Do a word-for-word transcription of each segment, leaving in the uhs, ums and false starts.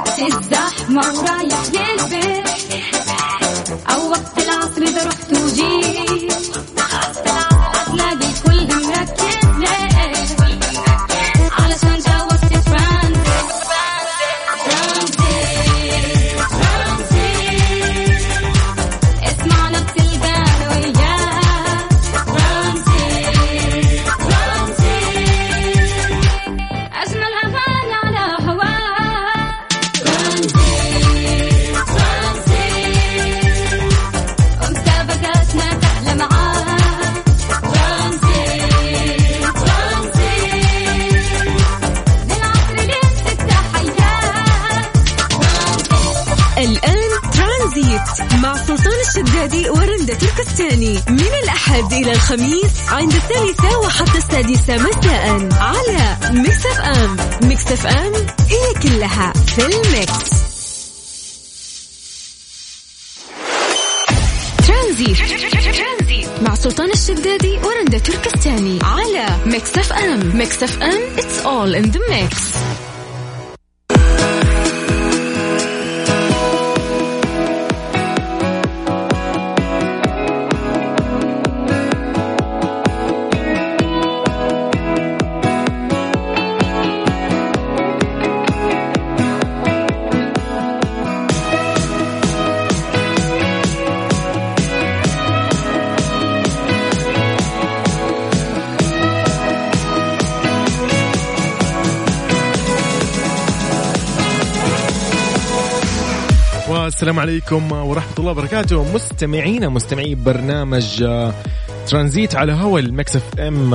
وقت الزحمة ورايح للبيت أو وقت العصر إذا رحت وجيت هتلاقي الكل مركز ليه علشان جاوزت ترانزيت ترانزيت ترانزيت اسمعنا بتلقانا وياك ترانزيت ترانزيت أجمل أغاني على هواك ترانزيت ترانزيت ومسابقاتنا تحلى معاك ترانزيت ترانزيت للعصر لين ستة حياك الآن ترانزيت مع سلطان الشدادي ورندا تركستاني من الأحد إلى الخميس عند الثالثة وحتى السادسة مساء على ميكس اف ام. ميكس اف ام هي كلها في الميكس. ترانزيت مع سلطان الشدادي ورندا تركستاني على ميكس اف ام. ميكس اف ام it's all in the mix. السلام عليكم ورحمة الله وبركاته مستمعينا مستمعي برنامج ترانزيت على هوا الميكس اف ام.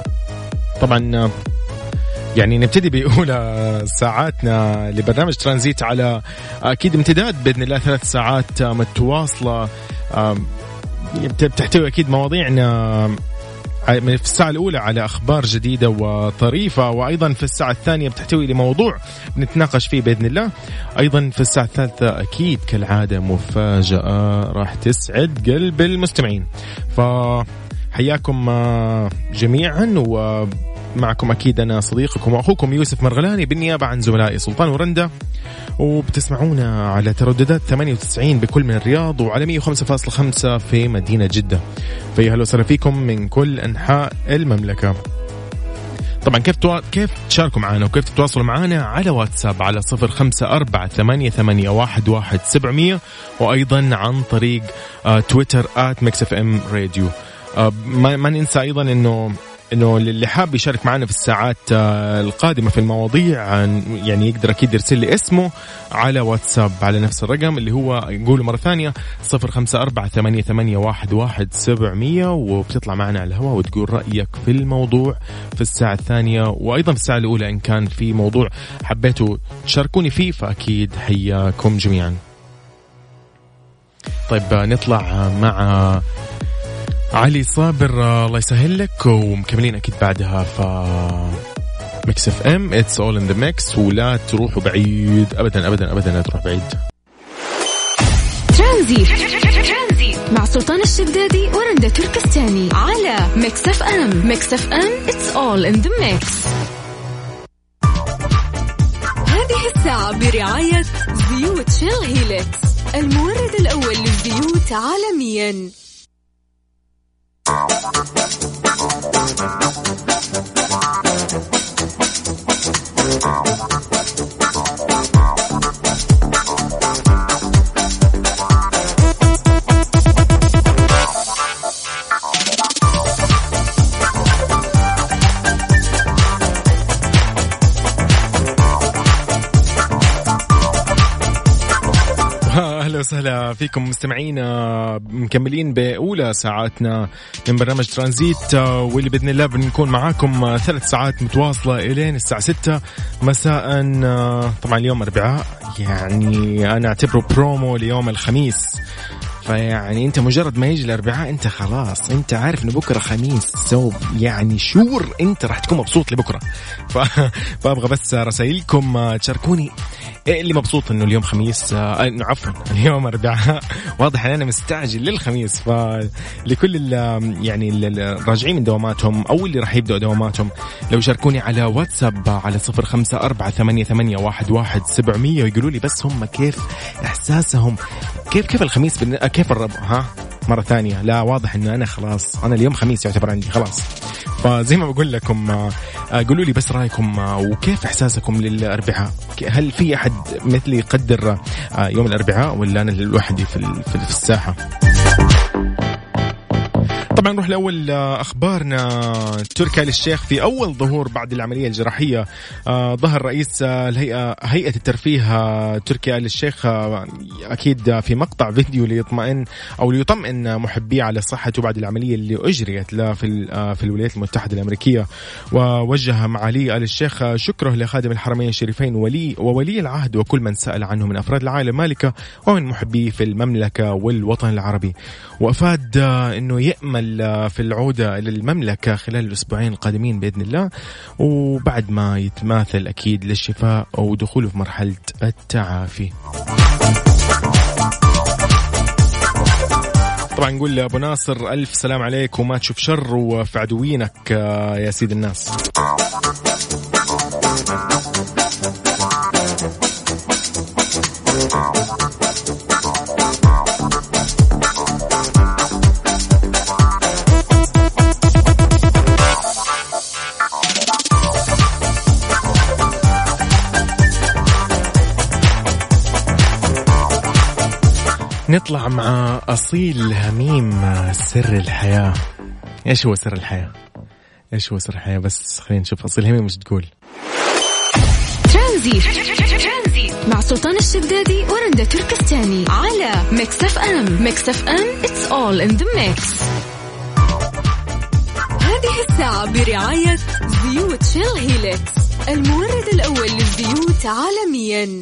طبعا يعني نبتدي بأولى ساعاتنا لبرنامج ترانزيت على أكيد امتداد بإذن الله ثلاث ساعات متواصلة بتحتوي أكيد مواضيعنا في الساعة الأولى على أخبار جديدة وطريفة، وأيضا في الساعة الثانية بتحتوي لموضوع نتناقش فيه بإذن الله. أيضا في الساعة الثالثة أكيد كالعادة مفاجأة راح تسعد قلب المستمعين، فحياكم جميعا. ومعكم أكيد أنا صديقكم وأخوكم يوسف مرغلاني بالنيابة عن زملائي سلطان ورندا، وبتسمعونا على ترددات ثمانية وتسعين بكل من الرياض وعلى مية وخمسة فاصلة خمسة في مدينة جدة. فيا هلا وسهلا فيكم من كل أنحاء المملكة. طبعا كيف توا... كيف تشاركوا معنا وكيف تتواصلوا معنا على واتساب على صفر خمسة أربعة ثمانية ثمانية واحد واحد سبعمية، وأيضا عن طريق آه تويتر آت ميكس اف ام راديو. آه ما... ما ننسى أيضا إنه إنه اللي حاب يشارك معنا في الساعات القادمة في المواضيع يعني يقدر أكيد يرسل لي اسمه على واتساب على نفس الرقم اللي هو يقوله مرة ثانية صفر خمسة أربعة ثمانية ثمانية واحد واحد سبعمية، وبتطلع معنا على الهواء وتقول رأيك في الموضوع في الساعة الثانية وأيضا في الساعة الأولى. إن كان في موضوع حبيتوا تشاركوني فيه فأكيد حياكم جميعا. طيب نطلع مع علي صابر الله يسهل لك، ومكملين أكيد بعدها ف ميكس اف ام it's all in the mix. ولا تروحوا بعيد أبدا أبدا أبدا لا تروح بعيد. ترانزيت مع سلطان الشدادي ورندا تركستاني على ميكس اف ام. ميكس اف ام it's all in the mix. هذه الساعة برعاية زيوت شيل هيلكس المورد الأول للزيوت عالميا. أهلا وسهلا فيكم مستمعينا، مكملين بأولى ساعاتنا من برنامج ترانزيت، واللي بإذن الله بنكون معاكم ثلاث ساعات متواصلة إلين الساعة ستة مساء. طبعا اليوم أربعاء، يعني أنا أعتبره برومو ليوم الخميس، فيعني أنت مجرد ما يجي الأربعاء أنت خلاص أنت عارف إنه بكرة خميس، سو يعني شور أنت راح تكون مبسوط لبكرة. ف... فأبغى بس رسائلكم تشاركوني إيه اللي مبسوط انه اليوم خميس، آه انه عفوا اليوم اربعاء، واضح ان انا مستعجل للخميس. فلكل ال يعني الراجعين من دواماتهم او اللي راح يبدأوا دواماتهم، لو شاركوني على واتساب على صفر خمسة أربعة ثمانية ثمانية واحد واحد سبعمية ويقولوا لي بس هم كيف احساسهم، كيف كيف الخميس بن... كيف الربع. ها مرة ثانية، لا واضح انه انا خلاص انا اليوم خميس يعتبر عندي خلاص. فزي ما بقول لكم قولوا لي بس رايكم وكيف احساسكم للاربعاء. هل في احد مثلي يقدر يوم الاربعاء ولا انا لوحدي في في الساحة؟ طبعا نروح لأول أخبارنا. تركي آل الشيخ في أول ظهور بعد العملية الجراحية. آه ظهر رئيس الهيئة هيئة الترفيه تركي آل الشيخ آه أكيد في مقطع فيديو ليطمئن أو ليطمئن محبيه على صحته بعد العملية اللي أجريت له في آه في الولايات المتحدة الأمريكية. ووجه معالي آل الشيخ شكره لخادم الحرمين الشريفين ولي وولي العهد وكل من سأل عنه من أفراد العائلة المالكة ومن محبيه في المملكة والوطن العربي. وأفاد آه أنه يأمل في العودة للمملكة خلال الأسبوعين القادمين بإذن الله، وبعد ما يتماثل أكيد للشفاء ودخوله في مرحلة التعافي. طبعا نقول لأبو ناصر ألف سلام عليك وما تشوف شر وفي عدوينك يا سيد الناس. نطلع مع أصيل هميم سر الحياة. إيش هو سر الحياة؟ إيش هو سر الحياة؟ بس خلينا نشوف أصيل هميم مش تقول. ترانزيت مع سلطان الشدادي ورندا تركستاني على ميكس اف ام. ميكس اف ام it's all in the mix. هذه الساعة برعاية زيوت شيل هيلكس، المورد الأول للزيوت عالميا.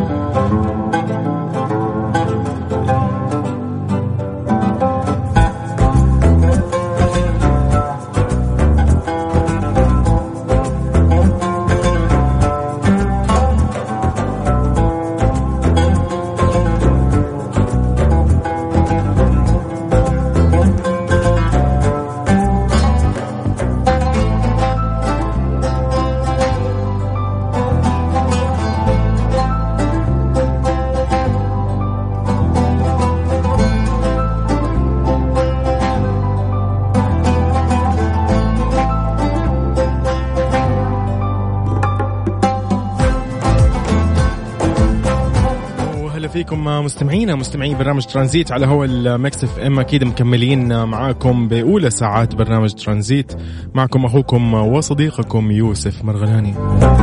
فيكم مستمعينا مستمعين برنامج ترانزيت على هو الميكس اف ام. اكيد مكملين معاكم باولى ساعات برنامج ترانزيت، معكم اخوكم وصديقكم يوسف مرغلاني.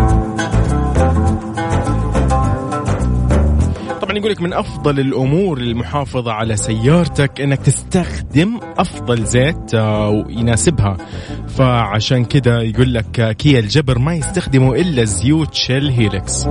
طبعا يقول لك من افضل الامور للمحافظه على سيارتك انك تستخدم افضل زيت يناسبها، فعشان كده يقول لك كيا الجبر ما يستخدموا الا زيوت شيل هيلكس.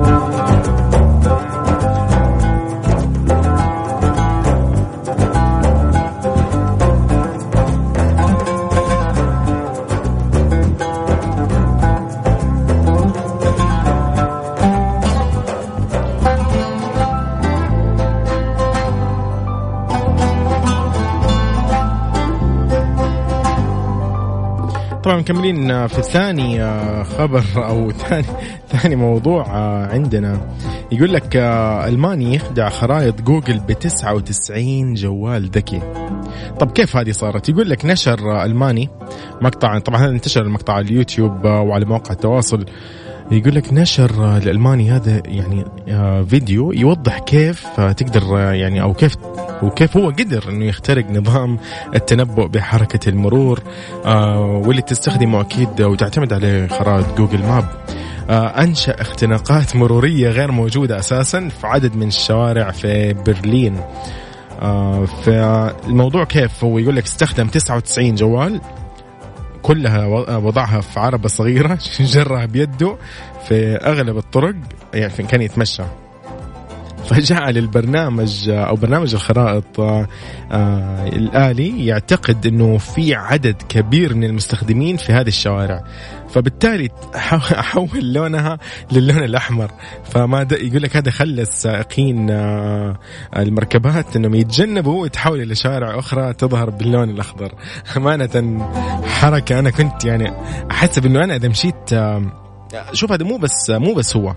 طبعا مكملين في ثاني خبر أو ثاني ثاني موضوع عندنا. يقول لك ألماني يخدع خرائط جوجل بتسعة وتسعين جوال ذكي. طب كيف هذه صارت؟ يقول لك نشر ألماني مقطع، طبعا هذا انتشر المقطع على اليوتيوب وعلى مواقع التواصل. يقول لك نشر الألماني هذا يعني فيديو يوضح كيف تقدر يعني أو كيف وكيف هو قدر إنه يخترق نظام التنبؤ بحركة المرور واللي تستخدمه أكيد وتعتمد عليه خرائط جوجل ماب. أنشأ اختناقات مرورية غير موجودة أساسا في عدد من الشوارع في برلين. فالموضوع كيف هو يقول لك استخدم تسعة وتسعين جوال كلها وضعها في عربة صغيرة جرها بيده في أغلب الطرق، يعني كان يتمشى فجعل البرنامج أو برنامج الخرائط الآلي يعتقد أنه في عدد كبير من المستخدمين في هذه الشوارع، فبالتالي أحول لونها للون الأحمر. فما يقول لك هذا خلى السائقين المركبات أنهم يتجنبوا ويتحولوا إلى شوارع أخرى تظهر باللون الأخضر. أمانة حركة أنا كنت يعني أحسب أنه أنا إذا مشيت، شوف هذا مو بس مو بس هو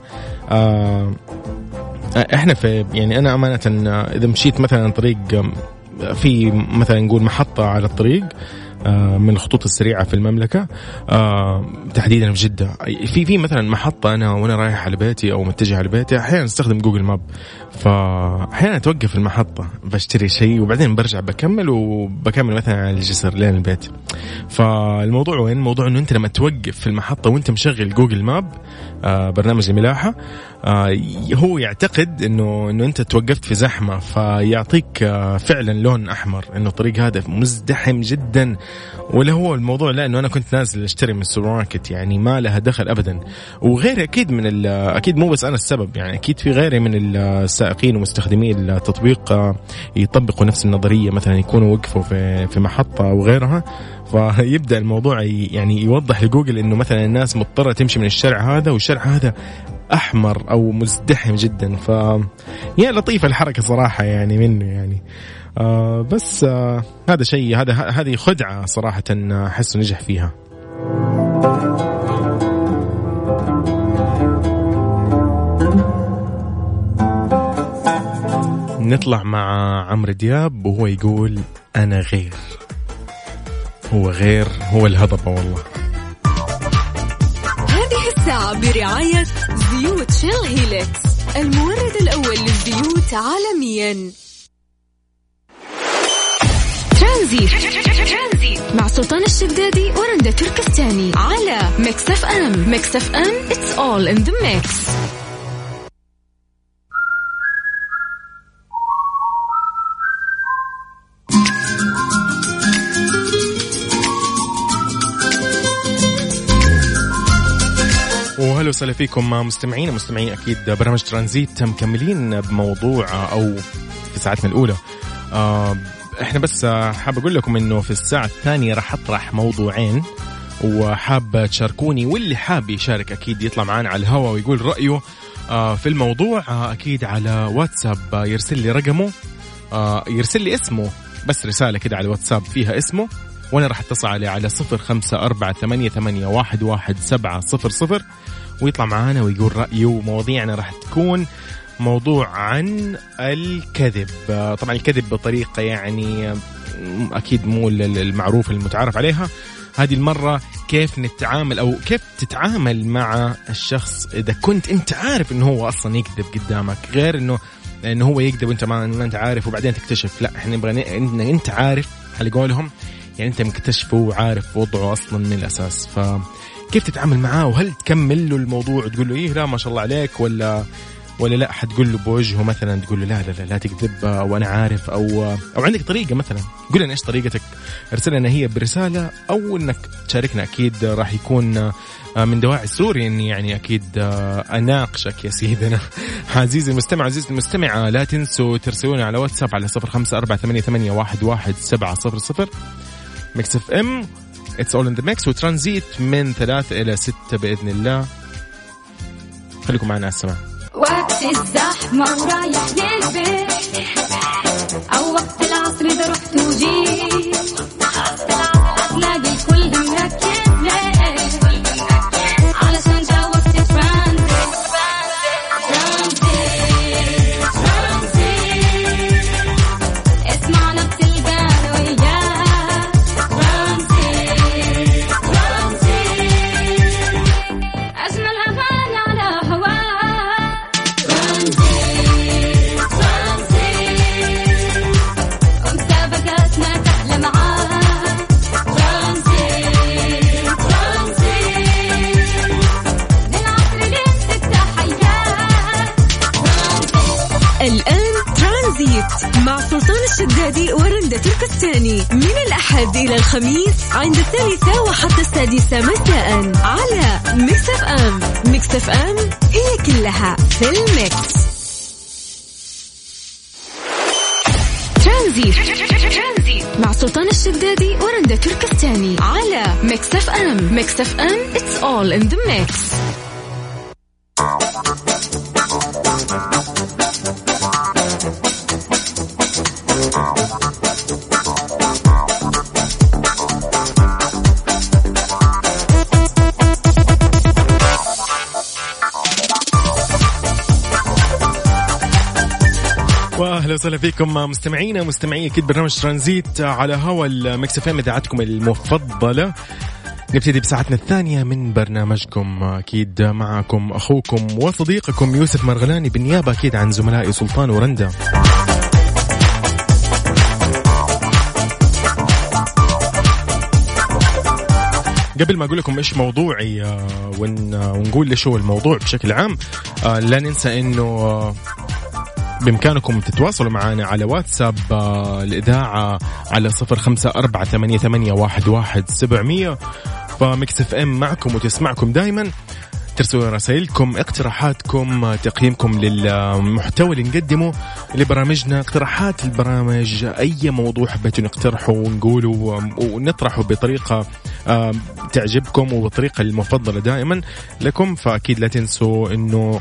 احنا في يعني انا امانه اذا مشيت مثلا طريق في مثلا نقول محطه على الطريق من الخطوط السريعه في المملكه تحديدا في جده، في في مثلا محطه انا وانا رايح على بيتي او متجه على بيتي احيانا استخدم جوجل ماب، فاحيانا اتوقف المحطه بشتري شيء وبعدين برجع بكمل وبكمل مثلا على الجسر لين البيت. فالموضوع وين؟ الموضوع انه انت لما توقف في المحطه وانت مشغل جوجل ماب برنامج الملاحه هو يعتقد انه انه انت توقفت في زحمه، فيعطيك فعلا لون احمر انه الطريق هذا مزدحم جدا. ولا هو الموضوع لا انه انا كنت نازل اشتري من السوبر ماركت، يعني ما لها دخل ابدا. وغير اكيد من اكيد مو بس انا السبب، يعني اكيد في غيري من السائقين ومستخدمي التطبيق يطبقوا نفس النظريه، مثلا يكونوا وقفوا في في محطه وغيرها، فيبدا الموضوع يعني يوضح لجوجل انه مثلا الناس مضطره تمشي من الشارع هذا والشارع هذا احمر او مزدحم جدا. ف يا لطيفه الحركه صراحه يعني منه يعني آه بس آه هذا شيء هذا هذه خدعه صراحه احس نجح فيها. نطلع مع عمرو دياب وهو يقول انا غير. هو غير، هو الهضبه والله. هذه الساعة برعاية زيوت شيل هيلكس، المورد الأول للزيوت عالميا. ترانزيت مع سلطان الشدادي ورندا تركستاني على ميكس اف ام. ميكس اف ام it's all in the mix. وهلا وسهلا فيكم مستمعين ومستمعين أكيد برنامج ترانزيت، مكملين بموضوع أو في ساعتنا الأولى. آه إحنا بس حاب أقول لكم إنه في الساعة الثانية راح أطرح موضوعين وحاب تشاركوني، واللي حاب يشارك أكيد يطلع معنا على الهواء ويقول رأيه آه في الموضوع آه أكيد على واتساب. آه يرسل لي رقمه، آه يرسل لي اسمه، بس رسالة كده على الواتساب فيها اسمه، وأنا راح أتصل عليه على صفر خمسة أربعة ثمانية ثمانية واحد واحد سبعة صفر صفر ويطلع معانا ويقول رأيه. ومواضيعنا راح تكون موضوع عن الكذب، طبعا الكذب بطريقة يعني أكيد مو المعروف المتعارف عليها. هذه المرة كيف نتعامل أو كيف تتعامل مع الشخص إذا كنت أنت عارف إنه هو أصلا يكذب قدامك، غير إنه إنه هو يكذب وأنت ما أنت عارف وبعدين تكتشف. لا، إحنا نبغى إن أنت عارف على قولهم، يعني أنت مكتشفه وعارف وضعه أصلا من الأساس. فكيف تتعامل معاه؟ وهل تكمل له الموضوع تقول له إيه لا ما شاء الله عليك، ولا ولا لا حتقول له بوجهه مثلا تقول له لا لا لا, لا تكذب وأنا عارف، أو أو عندك طريقة مثلا قول لنا إيش طريقتك، ارسل لنا هي برسالة أو إنك تشاركنا. أكيد راح يكون من دواعي السوري إني يعني أكيد أناقشك يا سيدنا. عزيزي المستمع عزيزي المستمع، لا تنسوا ترسلونا على واتساب على صفر خمسة أربعة ثمانية ثمانية واحد واحد سبعة صفر صفر. ميكس اف ام it's all in the mix، وترانزيت من ثلاثة إلى ستة بإذن الله. خليكم معنا على السماع. وقت الزحمة ورايح للبيت، أو وقت العصر إذا رحت وجيت، هتلاقي الكل مركز ليه، علشان جا وقت ترانزيت. ترانزيت ترانزيت اسمع نفس البال وياه. ترانزيت ترانزيت أجمل أغاني على هواه. ترانزيت ترانزيت ومسابقاتنا تحلى معاه. ترانزيت ترانزيت للعصر للستة حياه. الآن ترانزيت مع سلطان الشدادي ورندا تركستاني من الأحد إلى الخميس عند الثالثة وحتى السادسة مساء على ميكس اف ام. ميكس اف ام هي كلها في الميكس. الشدادي ورندا تركستاني على ميكس اف ام. ميكس اف ام it's all in the mix. واهلا وسهلا فيكم مستمعينا مستمعي اكيد برنامج ترانزيت على هوا الميكس اف ام اذاعتكم المفضله. نبتدي بساعتنا الثانيه من برنامجكم اكيد معكم اخوكم وصديقكم يوسف مرغلاني بالنيابه اكيد عن زملائي سلطان ورندا. قبل ما أقول لكم إيش موضوعي ونقول ليش هو الموضوع بشكل عام، لا ننسى إنه بإمكانكم تتواصلوا معنا على واتساب الإذاعة على صفر خمسة أربعة ثمانية ثمانية واحد واحد سبعمية. فميكس اف ام معكم وتسمعكم دايما. ترسلوا رسائلكم، اقتراحاتكم، تقييمكم للمحتوى اللي نقدمه لبرامجنا، اقتراحات البرامج، أي موضوع حبيتوا نقترحه ونقوله ونطرحه بطريقة تعجبكم وبطريقة المفضلة دائما لكم. فأكيد لا تنسوا إنه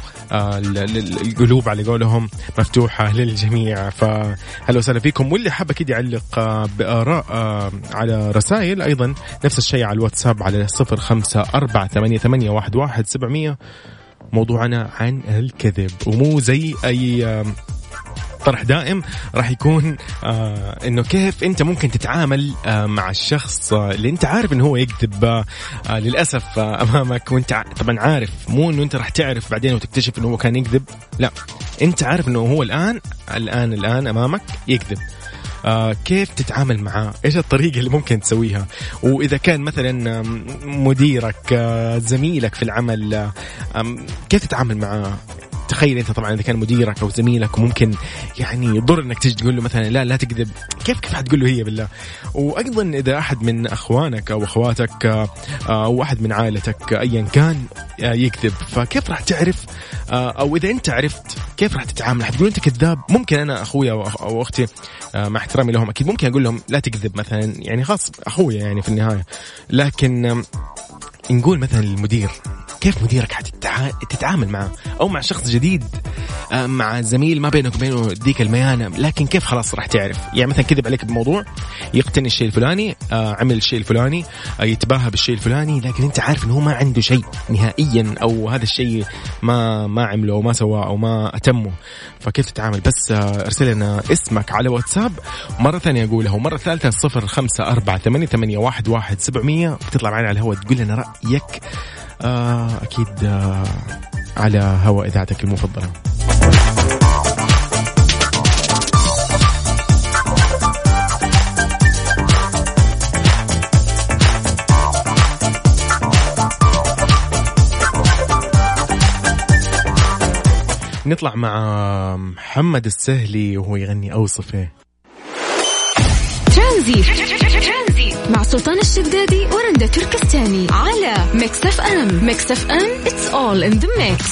القلوب على قولهم مفتوحة للجميع. فهلا وسهلا فيكم. واللي حاب أكيد يعلق بآراء على رسائل أيضا نفس الشيء على الواتساب على صفر خمسة أربعة ثمانية ثمانية واحد واحد سبعمية. موضوعنا عن الكذب، ومو زي أي طرح دائم راح يكون آه إنه كيف أنت ممكن تتعامل آه مع الشخص آه اللي أنت عارف إنه هو يكذب آه للأسف آه أمامك، وأنت طبعا عارف، مو إنه أنت راح تعرف بعدين وتكتشف إنه هو كان يكذب، لا أنت عارف إنه هو الآن الآن الآن أمامك يكذب. آه كيف تتعامل معاه؟ إيش الطريقة اللي ممكن تسويها؟ وإذا كان مثلا مديرك آه زميلك في العمل آه كيف تتعامل معاه؟ تخيل أنت طبعا إذا كان مديرك أو زميلك وممكن يعني يضر إنك تيجي تقول له مثلا لا لا تكذب، كيف كيف حتقول له هي بالله؟ وأيضا إذا أحد من أخوانك أو أخواتك أو أحد من عائلتك أيا كان يكذب، فكيف راح تعرف؟ أو إذا أنت عرفت كيف راح تتعامل؟ حتقول أنت كذاب؟ ممكن أنا أخويا أو أختي مع احترامي لهم أكيد ممكن أقول لهم لا تكذب مثلا، يعني خاص أخويا يعني في النهاية، لكن نقول مثلا للمدير، كيف مديرك حتتعامل معه؟ أو مع شخص جديد، مع زميل ما بينك وبينه ديك الميانة، لكن كيف خلاص راح تعرف؟ يعني مثلا كذب عليك بموضوع، يقتني الشيء الفلاني، عمل الشيء الفلاني، يتباهى بالشيء الفلاني، لكن أنت عارف إنه هو ما عنده شيء نهائيا، أو هذا الشيء ما ما عمله أو ما سواه أو ما أتمه. فكيف تتعامل؟ بس أرسل لنا اسمك على واتساب، مرة ثانية أقوله، مرة ثالثة صفر خمسة أربعة ثمانية ثمانية واحد واحد سبعمية، بتطلع معنا على الهواء تقول لنا رأيك آه أكيد آه على هواء إذاعتك المفضلة. نطلع مع محمد السهلي وهو يغني أوصفه. ترانزيت مع سلطان الشدادي ورندا تركستاني على ميكس اف ام. ميكس اف ام it's all in the mix.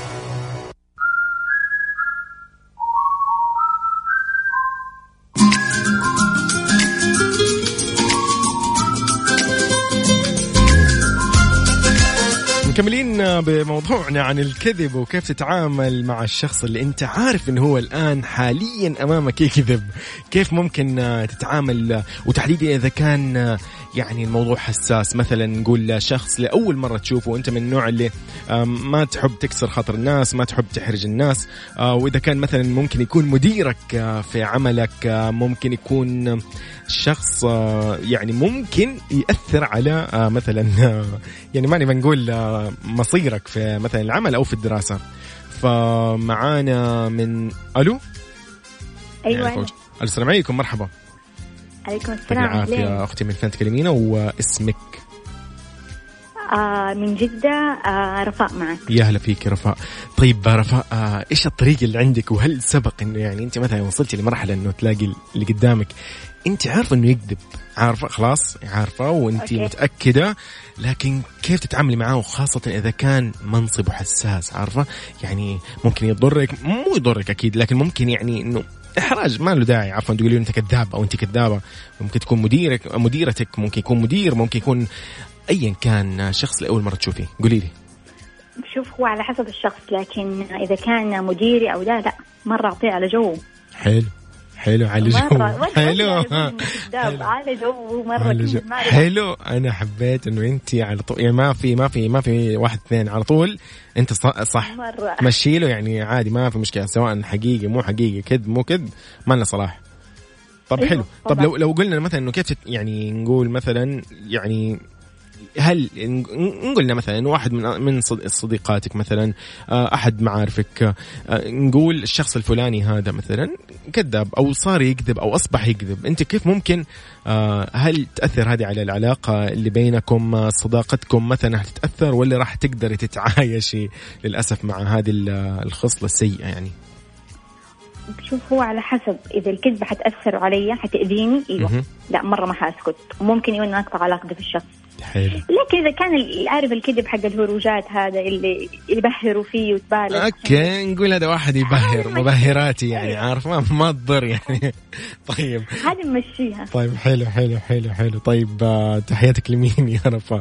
مكملين بموضوعنا عن الكذب وكيف تتعامل مع الشخص اللي انت عارف انه هو الآن حاليا أمامك يكذب. كيف ممكن تتعامل، وتحديدا إذا كان يعني الموضوع حساس، مثلا نقول شخص لأول مرة تشوفه وانت من النوع اللي ما تحب تكسر خاطر الناس، ما تحب تحرج الناس، وإذا كان مثلا ممكن يكون مديرك في عملك، ممكن يكون شخص يعني ممكن يأثر على مثلا يعني ماني بنقول مصيرك في مثلا العمل أو في الدراسة. فمعانا من ألو. أيوة يعني السلام عليكم. مرحبا. عليكم السلام. العافية أختي، من فين تكلمينا واسمك؟ آه من جدة. آه رفاء معك. يا هلا فيك رفاء. طيب رفاء، آه إيش الطريقة اللي عندك؟ وهل سبق إنه يعني أنت مثلا وصلتي لمرحلة إنه تلاقي اللي قدامك أنت عارفة إنه يكذب، عارفة خلاص عارفة وأنت أوكي. متأكدة، لكن كيف تتعاملي معه؟ وخاصة إذا كان منصب حساس، عارفة يعني ممكن يضرك، مو يضرك أكيد، لكن ممكن يعني إنه إحراج ما له داعي. عفوا تقولي أنت كذاب أو أنت كذابة. ممكن تكون مديرك مديرتك، ممكن يكون مدير، ممكن يكون أيا كان الشخص لأول مرة تشوفيه. قولي لي. شوف هو على حسب الشخص، لكن إذا كان مديري أو لا لا مرة أعطيه على جو. حلو حلو على جو. حلو على جو مرة جو. حلو. أنا حبيت إنه أنت على طول يعني ما في ما في ما في واحد اثنين على طول أنت صح مشي له يعني عادي ما في مشكلة، سواء حقيقي مو حقيقي كذب مو كذب ما لنا صلاح. طب حلو. طب لو لو قلنا مثلا إنه كيف يعني نقول مثلا يعني هل نقولنا مثلا واحد من من صديقاتك مثلا أحد معارفك نقول الشخص الفلاني هذا مثلا كذاب أو صار يكذب أو أصبح يكذب، أنت كيف ممكن هل تأثر هذه على العلاقة اللي بينكم صداقتكم مثلا هتتأثر ولا راح تقدري تتعايشي للأسف مع هذه الخصلة السيئة يعني؟ شوف هو على حسب، إذا الكذبة حتأثر علي حتأذيني إيوه لا مرة ما حأسكت، ممكن يكون أقطع علاقتي في الشخص. حلو. لكن إذا كان عارف الكذب حق الهروجات هذا اللي يبهروا فيه وتبالغ أوكي نقول هذا واحد يبهر مبهراتي يعني عارف ما ما تضر يعني. طيب هذه نمشيها. طيب حلو حلو حلو حلو. طيب تحياتك لمين يا رفاء؟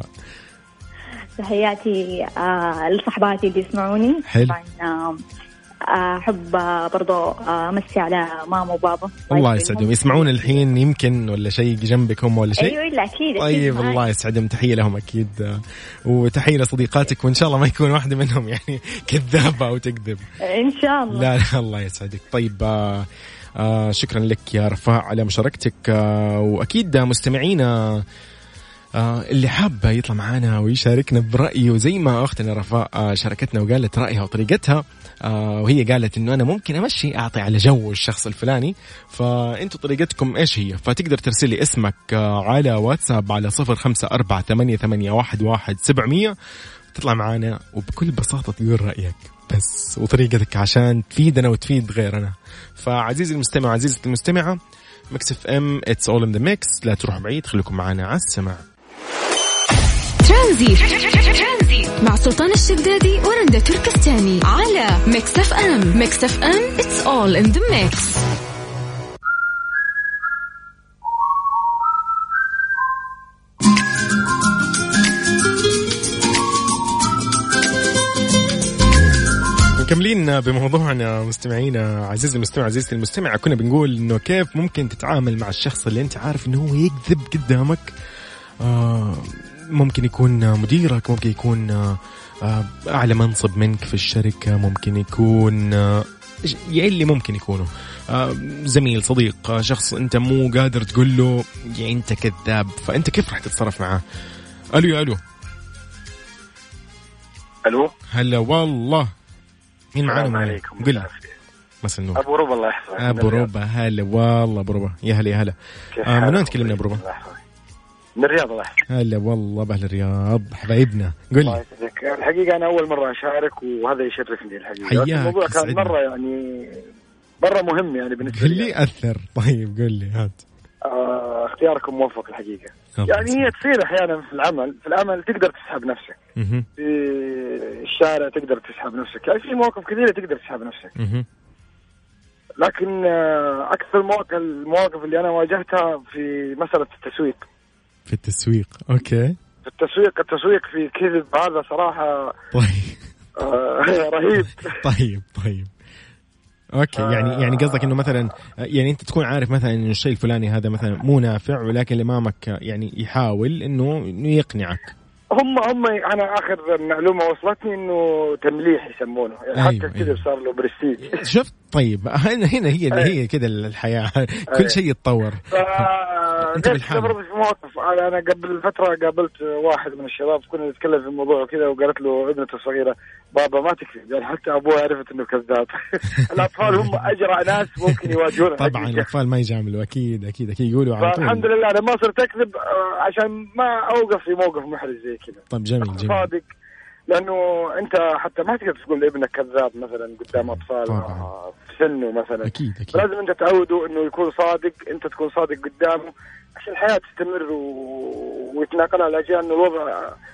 تحياتي آه لصحباتي اللي يسمعوني. حلو. طبعا أحب برضو أمسي على ماما وبابا الله يسعدهم يسمعون الحين يمكن ولا شيء جنبكم ولا شيء. أيوة لا أكيد. طيب الله يسعدهم تحية لهم أكيد وتحية لصديقاتك وإن شاء الله ما يكون واحدة منهم يعني كذابة أو تكذب إن شاء الله. لا لا الله يسعدك. طيب آه آه شكرا لك يا رفاء على مشاركتك آه وأكيد مستمعينا آه اللي حابة يطلع معنا ويشاركنا برأيه زي ما أختنا رفاء آه شاركتنا وقالت رأيها وطريقتها آه وهي قالت إنه أنا ممكن أمشي أعطي على جو الشخص الفلاني، فأنتوا طريقتكم إيش هي؟ فتقدر ترسلي اسمك آه على واتساب على صفر خمسة أربعة ثمانية ثمانية واحد واحد سبعمية تطلع معنا وبكل بساطة تقول رأيك بس وطريقتك عشان تفيدنا وتفيد غيرنا. فعزيزي المستمع عزيزتي المستمعة ميكس اف ام اتس اول ان ذا ميكس، لا تروح بعيد خليكم معنا على السماع. ترانزيت مع سلطان الشدادي ورندا تركستاني على ميكس اف ام. ميكس اف ام it's all in the mix. مكملين بموضوعنا مستمعينا عزيزي المستمع عزيزتي المستمع، كنا بنقول انه كيف ممكن تتعامل مع الشخص اللي انت عارف انه هو يكذب قدامك. آه ممكن يكون مديرك، ممكن يكون آه أعلى منصب منك في الشركة، ممكن يكون آه اللي ممكن يكونه آه زميل صديق آه شخص أنت مو قادر تقول له يعني أنت كذاب، فأنت كيف راح تتصرف معه؟ ألو يا ألو ألو هلا والله مين معانا؟ قل لي. مساء النور. أبو روبا الله يحفظك. أبو روبا هلا والله أبو روبا يا هلا يا هلا. آه من وين تكلمنا أبو روبا؟ من الرياض الله يحفظك. هلا والله بأهل الرياض حبايبنا. قل لي. الحقيقة أنا أول مرة أشارك وهذا يشرفني الحقيقة. حياك. الموضوع كان مرة يعني مرة مهم يعني بالنسبة لي. اللي أثر. طيب قل لي هات. آه اختياركم موفق الحقيقة. يعني هي تصير أحيانا في العمل في العمل تقدر تسحب نفسك. م- في الشارع تقدر تسحب نفسك، يعني في مواقف كثيرة تقدر تسحب نفسك. م- لكن أكثر مواقف المواقف اللي أنا واجهتها في مسألة التسويق. في التسويق أوكي. في التسويق التسويق في كذب هذا صراحة طيب آه رهيب. طيب طيب اوكي آه يعني يعني قصدك انه مثلا يعني انت تكون عارف مثلا انه الشيء الفلاني هذا مثلا مو نافع، ولكن اللي امامك يعني يحاول انه انه يقنعك. هم هم انا اخر معلومه وصلتني انه تمليح يسمونه يعني. أيوة حتى الكذب أيوة. صار له برستيج. شفت طيب هنا هنا هي أيوة. هي كذا الحياه كل أيوة. شيء يتطور. انت بالحال في موقف انا قبل فتره قابلت واحد من الشباب كنا نتكلم في الموضوع وكذا، وقالت له ابنته الصغيره بابا ما تكذب، يعني حتى ابوها عرفت انه كذاب. الاطفال هم اجرأ ناس ممكن يواجهون. طبعا الاطفال ما يجاملوا اكيد اكيد اكيد يقولوا على طول. الحمد لله انا ما صرت اكذب عشان ما اوقف في موقف محرج زي كذا. طب جميل جميل. صادق، لانه انت حتى ما تقدر تقول لابنك كذاب مثلا قدام اطفال في سنه مثلا. اكيد اكيد لازم انت تعوده انه يكون صادق، انت تكون صادق قدامه عشان الحياه تستمر و... ويتناقلها الاجيال، انه الوضع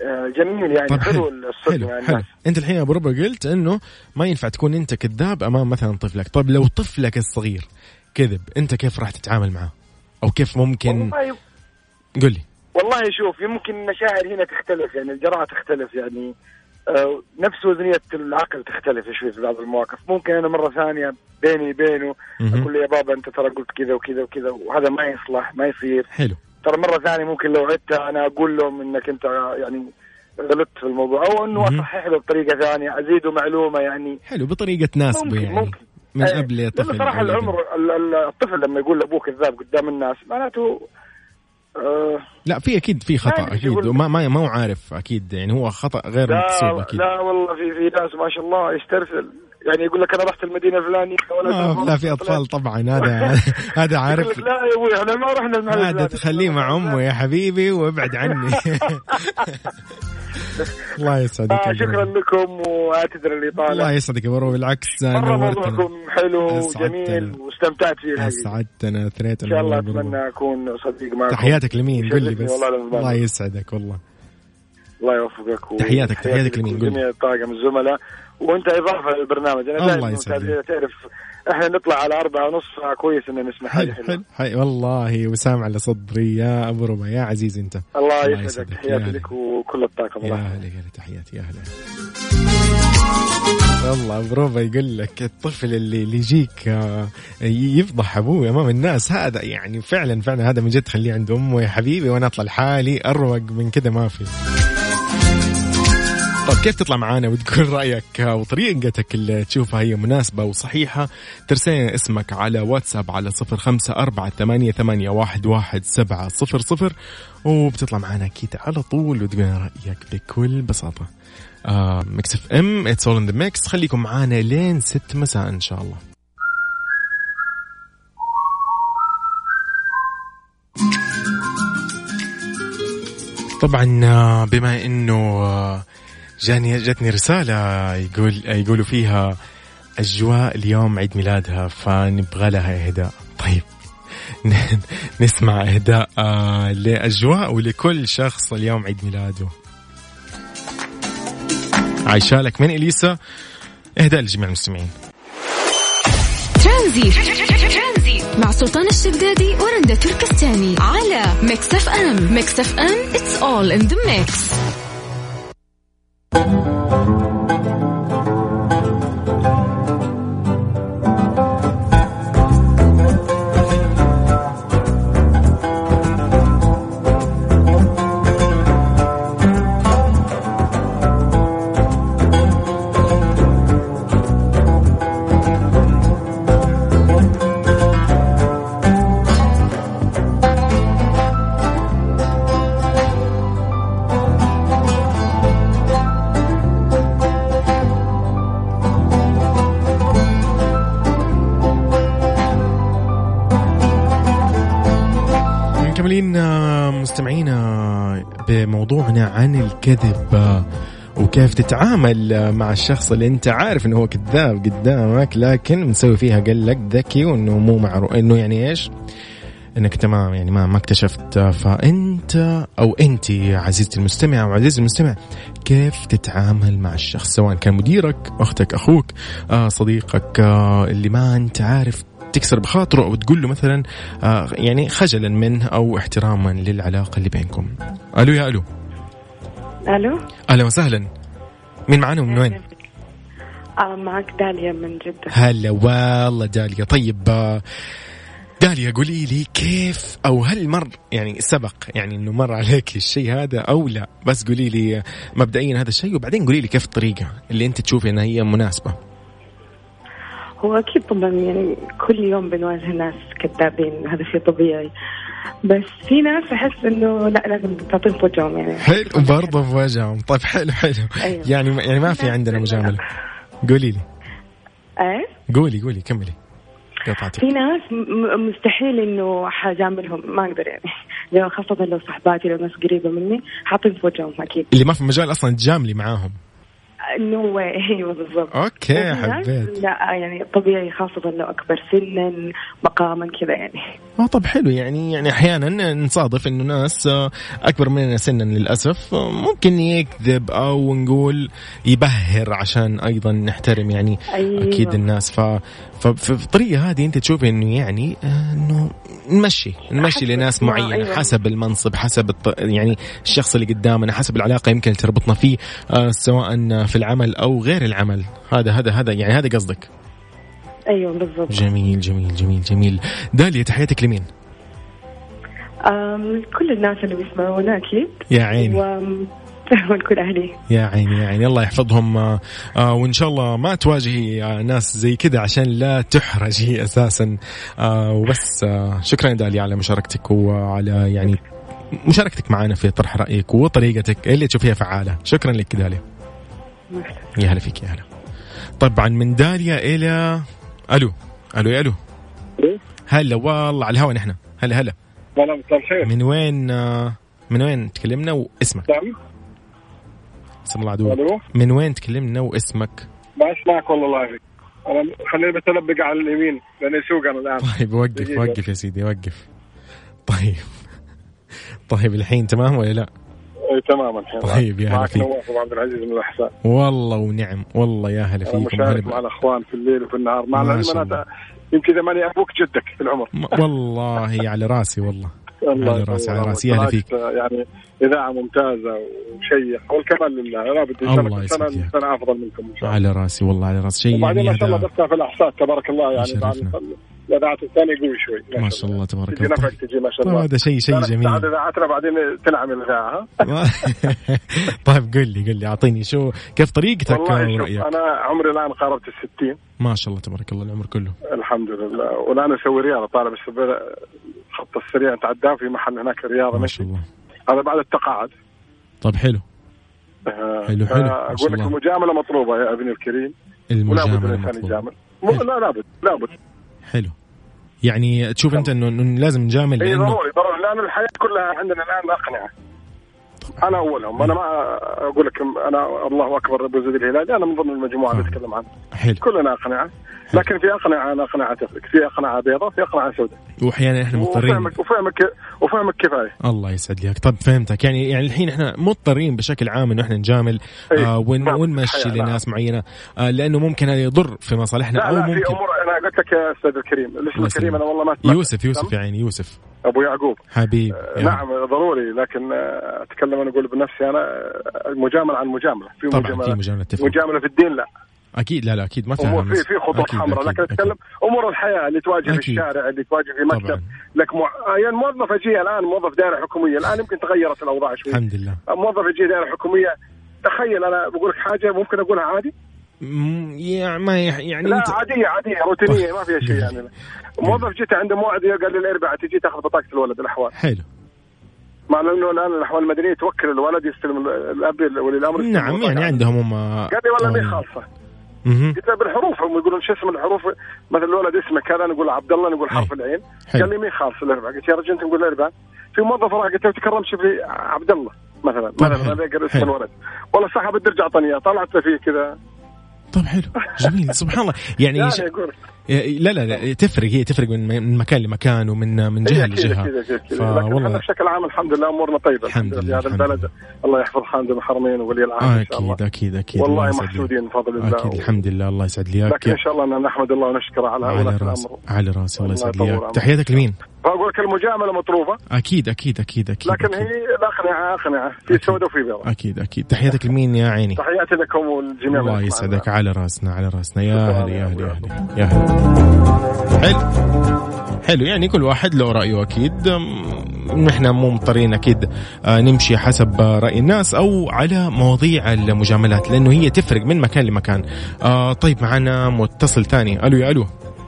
جميل يعني. حلو الصدق مع الناس. انت الحين ابو ربع قلت انه ما ينفع تكون انت كذاب امام مثلا طفلك. طيب لو طفلك الصغير كذب انت كيف راح تتعامل معه او كيف ممكن؟ قل لي. والله شوف يمكن المشاعر هنا تختلف يعني الجرأة تختلف يعني آه نفس وزنية العقل تختلف شوي في بعض المواقف. ممكن أنا مرة ثانية بيني بينه أقول له يا بابا أنت ترى قلت كذا وكذا وكذا وهذا ما يصلح ما يصير. حلو. ترى مرة ثانية ممكن لو عدت أنا أقول لهم إنك أنت يعني غلطت في الموضوع أو إنه أصحح له بطريقة ثانية أزيده معلومة يعني. حلو بطريقة تناسبه يعني. ممكن. من قبل طفل. صراحة العمر الطفل لما يقول لأبوه كذاب قدام الناس معناته أه لا في اكيد في خطا اكيد وما ما ما هو عارف اكيد يعني هو خطا غير مقصود اكيد. لا والله في في ناس ما شاء الله يسترسل يعني يقول لك انا رحت المدينه الفلانيه ولا لا في اطفال طبعا هذا هذا عارف. لا يا ابوي احنا ما رحنا المحل هذا تخليه مع امه يا حبيبي وابعد عني. الله يسعدك. آه شكرا لكم واعتذر اللي طالع. الله يسعدك يا برو بالعكس نورتنا حلو وجميل واستمتعت فيه. اسعدتنا ثريت ان شاء الله اتمنى اكون صديق معكم. تحياتك لمين قل لي بس. الله يسعدك والله. الله يوفقك. تحياتك تحياتك لمين قل لي. جميع الطاقم الزملاء وانت اضافه للبرنامج. انا الله يسعدك. تعرف احنا نطلع على أربعة ونص كويس ان نسمع حاجه حلوه. حلو والله وسام على صدري يا ابو ربا يا عزيز انت. الله يسعدك. تحياتي لك وكل الطاقم. يا هلا يا تحياتي يا هلا. والله ابو ربا يقول لك الطفل اللي اللي يجيك يفضح ابوه امام الناس هذا يعني فعلا فعلا هذا من جد خليه عند امه يا حبيبي وانا اطلع لحالي اروق من كذا ما في. طب كيف تطلع معانا وتقول رأيك وطريقتك اللي تشوفها هي مناسبة وصحيحة؟ ترسلنا اسمك على واتساب على صفر خمسة أربعة ثمانية ثمانية واحد واحد سبعة صفر صفر وبتطلع معانا أكيد على طول وتقولنا رأيك بكل بساطة. آه ميكس اف ام it's all in the mix. خليكم معانا لين ست مساء إن شاء الله. طبعا بما إنه جاني جاتني رسالة يقول يقولوا فيها أجواء اليوم عيد ميلادها فنبغى لها إهداء. طيب نسمع إهداء لأجواء ولكل شخص اليوم عيد ميلاده. عايشالك من إليسا إهداء لجميع المستمعين. ترانزيت مع سلطان الشدادي ورندا تركستاني على ميكس اف ام. ميكس اف ام it's all in the mix. مستمعينا بموضوعنا عن الكذب وكيف تتعامل مع الشخص اللي انت عارف انه هو كذاب قدامك لكن مسوي فيها قلك ذكي وانه مو معروف انه يعني ايش انك تمام يعني ما ما اكتشفت. فانت او انت عزيزتي المستمع او عزيزي المستمع كيف تتعامل مع الشخص سواء كان مديرك اختك اخوك آه صديقك آه اللي ما انت عارف تكسر بخاطره أو تقول له مثلا آه يعني خجلا منه أو احتراما للعلاقة اللي بينكم. ألو يا ألو. ألو. أهلا وسهلا. مين معانا ومن وين؟ آه معك داليا من جدة. هلا والله داليا. طيب آه داليا قولي لي كيف أو هل مر يعني سبق يعني إنه مر عليك الشيء هذا أو لا؟ بس قولي لي مبدئيا هذا الشيء وبعدين قولي لي كيف الطريقة اللي أنت تشوفي إنها هي مناسبة. هو أكيد طبعا يعني كل يوم بنواجه ناس كذابين هذا شيء طبيعي بس في ناس أحس إنه لا لازم تعطيهم في وجههم يعني. حلو برضه في وجههم. طيب حلو حلو أيوة. يعني يعني ما في عندنا مجاملة. قولي لي. إيه. قولي قولي كملي. قطعتك. في ناس مستحيل إنه حجاملهم ما أقدر يعني لو خاصة لو صحباتي لو ناس قريبة مني حاطين في وجههم أكيد. اللي ما في مجال أصلا تجاملي معاهم. انه ايوه بالضبط. اوكي حبيت. لا يعني طبيعي، خاصة انه اكبر سنا مقاما كذا يعني. اه طب حلو، يعني يعني احيانا نصادف انه ناس اكبر مننا سنا للاسف ممكن يكذب او نقول يبهر عشان ايضا نحترم يعني أيوة. اكيد الناس. ف ففي الطريقه هذه انت تشوفي انه يعني انه نمشي نمشي لناس معينه. أيوة. حسب المنصب، حسب الط... يعني الشخص اللي قدامنا، حسب العلاقه يمكن تربطنا فيه آه سواء في العمل او غير العمل. هذا هذا هذا يعني هذا قصدك. ايوه بالضبط. جميل جميل جميل جميل. داليا تحياتك لمين؟ أم كل الناس اللي بيسمعونا اكيد. يا عيني. والكل اهلي. يا عيني يا عيني، الله يحفظهم. آه آه وان شاء الله ما تواجهي آه ناس زي كذا عشان لا تحرجي اساسا. آه وبس آه شكرا داليا على مشاركتك وعلى يعني مشاركتك معنا في طرح رايك وطريقتك اللي تشوفيها فعاله. شكرا لك داليا. يا هلا فيك يا هلا. طبعا من داليا الى الو الو يا الو. هلا والله على الهوا نحن. هلا هلا. والله مساء الخير. من وين آه من وين تكلمنا واسمك؟ نعم. اسم الله عدو. من وين تكلمنا واسمك؟ ما اسمعك والله الله يعافيك. انا خليني بتلبق على اليمين لاني اسوق انا الان. طيب وقف وقف يا سيدي وقف. طيب طيب الحين تمام ولا لا؟ اي تمام الحين. طيب يا هلا فيك. نواف عبد العزيز من الأحساء. والله ونعم والله يا هلا فيكم. مشارك مع الاخوان في الليل وفي النهار. مع العلم انا يمكن زماني ابوك جدك في العمر. والله على راسي والله. على راسي على راسي. يا هلا فيك. يعني اذاعه ممتازه وشيق والكمال لله. لا بدي الله سنه سنه افضل منكم ان شاء الله. على راسي والله على راسي. شيء يعني ما شاء الله بس في الاحساء تبارك الله يعني الإذاعة الثانية قوي شوي. ما شاء الله تبارك الله. تجي نفعك تجي ما شاء الله. هذا شيء شيء جميل. بعد إذاعتنا بعدين تنعم الإذاعة. طيب قل لي قل لي أعطيني شو كيف طريقتك ورأيك؟ أنا عمري الآن قاربت الستين. ما شاء الله تبارك الله العمر كله. الحمد لله. والآن أسوي رياضة طالب الخط السريع تعداه في محل هناك رياضة. ما شاء الله. هذا بعد التقاعد. طب حلو. حلو حلو. أقول لك المجاملة مطلوبة يا ابني الكريم. المجاملة مطلوبة. لا لابد لابد. حلو. يعني تشوف أنت إنه لازم نجامل. إيه ضروري ضروري لأن الحياة كلها عندنا الآن أقنعة. أنا أولهم. أنا ما أقول لك أنا الله أكبر أبو زيد الهلالي. أنا من ضمن المجموعة اللي أتكلم عنها. حلو. كلنا أقنعة. لكن في أقنعة أنا أقنعة تفرق. في أقنعة بيضاء في أقنعة سوداء. وأحيانا إحنا مضطرين. وفهمك وفهمك وفهمك كفاية. الله يسعد لك. طب فهمتك. يعني يعني الحين إحنا مضطرين بشكل عام إنه إحنا نجامل آه ون ونمشي لناس معينة آه لأنه ممكن هذا يضر في مصالحنا. لا أو لا ممكن. في أمور أنا قلت لك يا أستاذ الكريم. الاسم الكريم أنا والله ما أسمع. يوسف يوسف يعني يوسف. أبو يعقوب. حبيب. آه نعم ضروري لكن أتكلم أنا أقول بنفسي أنا المجاملة عن مجاملة. في مجاملة. في مجاملة. مجاملة في الدين لا. أكيد لا لا أكيد ما أمور في في خطوط حمراء لكن أتكلم أمور الحياة اللي تواجه في الشارع اللي تواجه في مكتب لك مع... يعني موظف يجي الآن موظف دائرة حكومية الآن يمكن تغيرت الأوضاع شوي. الحمد لله. موظف يجي دائرة حكومية تخيل أنا بقول لك حاجة ممكن أقولها عادي. يعني ما يعني لا انت... عادية عادية روتينية ما فيها شيء يعني. موظف جيت عنده موعد قال لي الأربعاء تجي تأخذ بطاقة الولد الأحوال. حلو. مع انه الان الاحوال المدنيه توكل الولد يستلم الاب ولي الامر. نعم يعني عندهم هم. قال لي والله مي خالصه. قلت له بالحروف هم يقولون شو اسم الحروف مثلا الولد اسمه كذا نقول عبد الله نقول حرف العين. قال لي مي خالص الاربعاء. قلت يا رجل انت نقول الاربعاء. في موظف راح قلت له تكرم شوف لي عبد الله مثلا مثلا هذا قال اسم الولد والله صح بترجع طنيه طلعت فيه كذا. طب حلو جميل سبحان الله يعني, يعني ش... لا لا لا تفرق هي تفرق من مكان لمكان ومن من جهه لجهه. والله بشكل عام الحمد لله امورنا طيبه الحمد لله في هذا البلد. الله يحفظ خادم الحرمين وولي العهد ان شاء الله. اكيد اكيد اكيد والله محسودين بفضل الله. اكيد الحمد لله الله يسعد لي لكن ان شاء الله ان نحمد الله ونشكره على هذا الامر. على راسي الله يسعد لي. تحياتك لمين؟ فاقول لك المجامله مطلوبه. اكيد اكيد اكيد اكيد لكن هي الاقنعه اقنعه في سوداء وفي بيضاء. اكيد اكيد. تحياتك لمين يا عيني؟ تحياتي لكم والجميع. الله يسعدك. على راسنا على راسنا يا هلا يا هلا يا هلا يا هلا. حلو حلو يعني كل واحد له رأيه أكيد. نحن مو مضطرين أكيد نمشي حسب رأي الناس أو على مواضيع المجاملات لأنه هي تفرق من مكان لمكان. آه طيب معنا متصل ثاني. ألو يا ألو.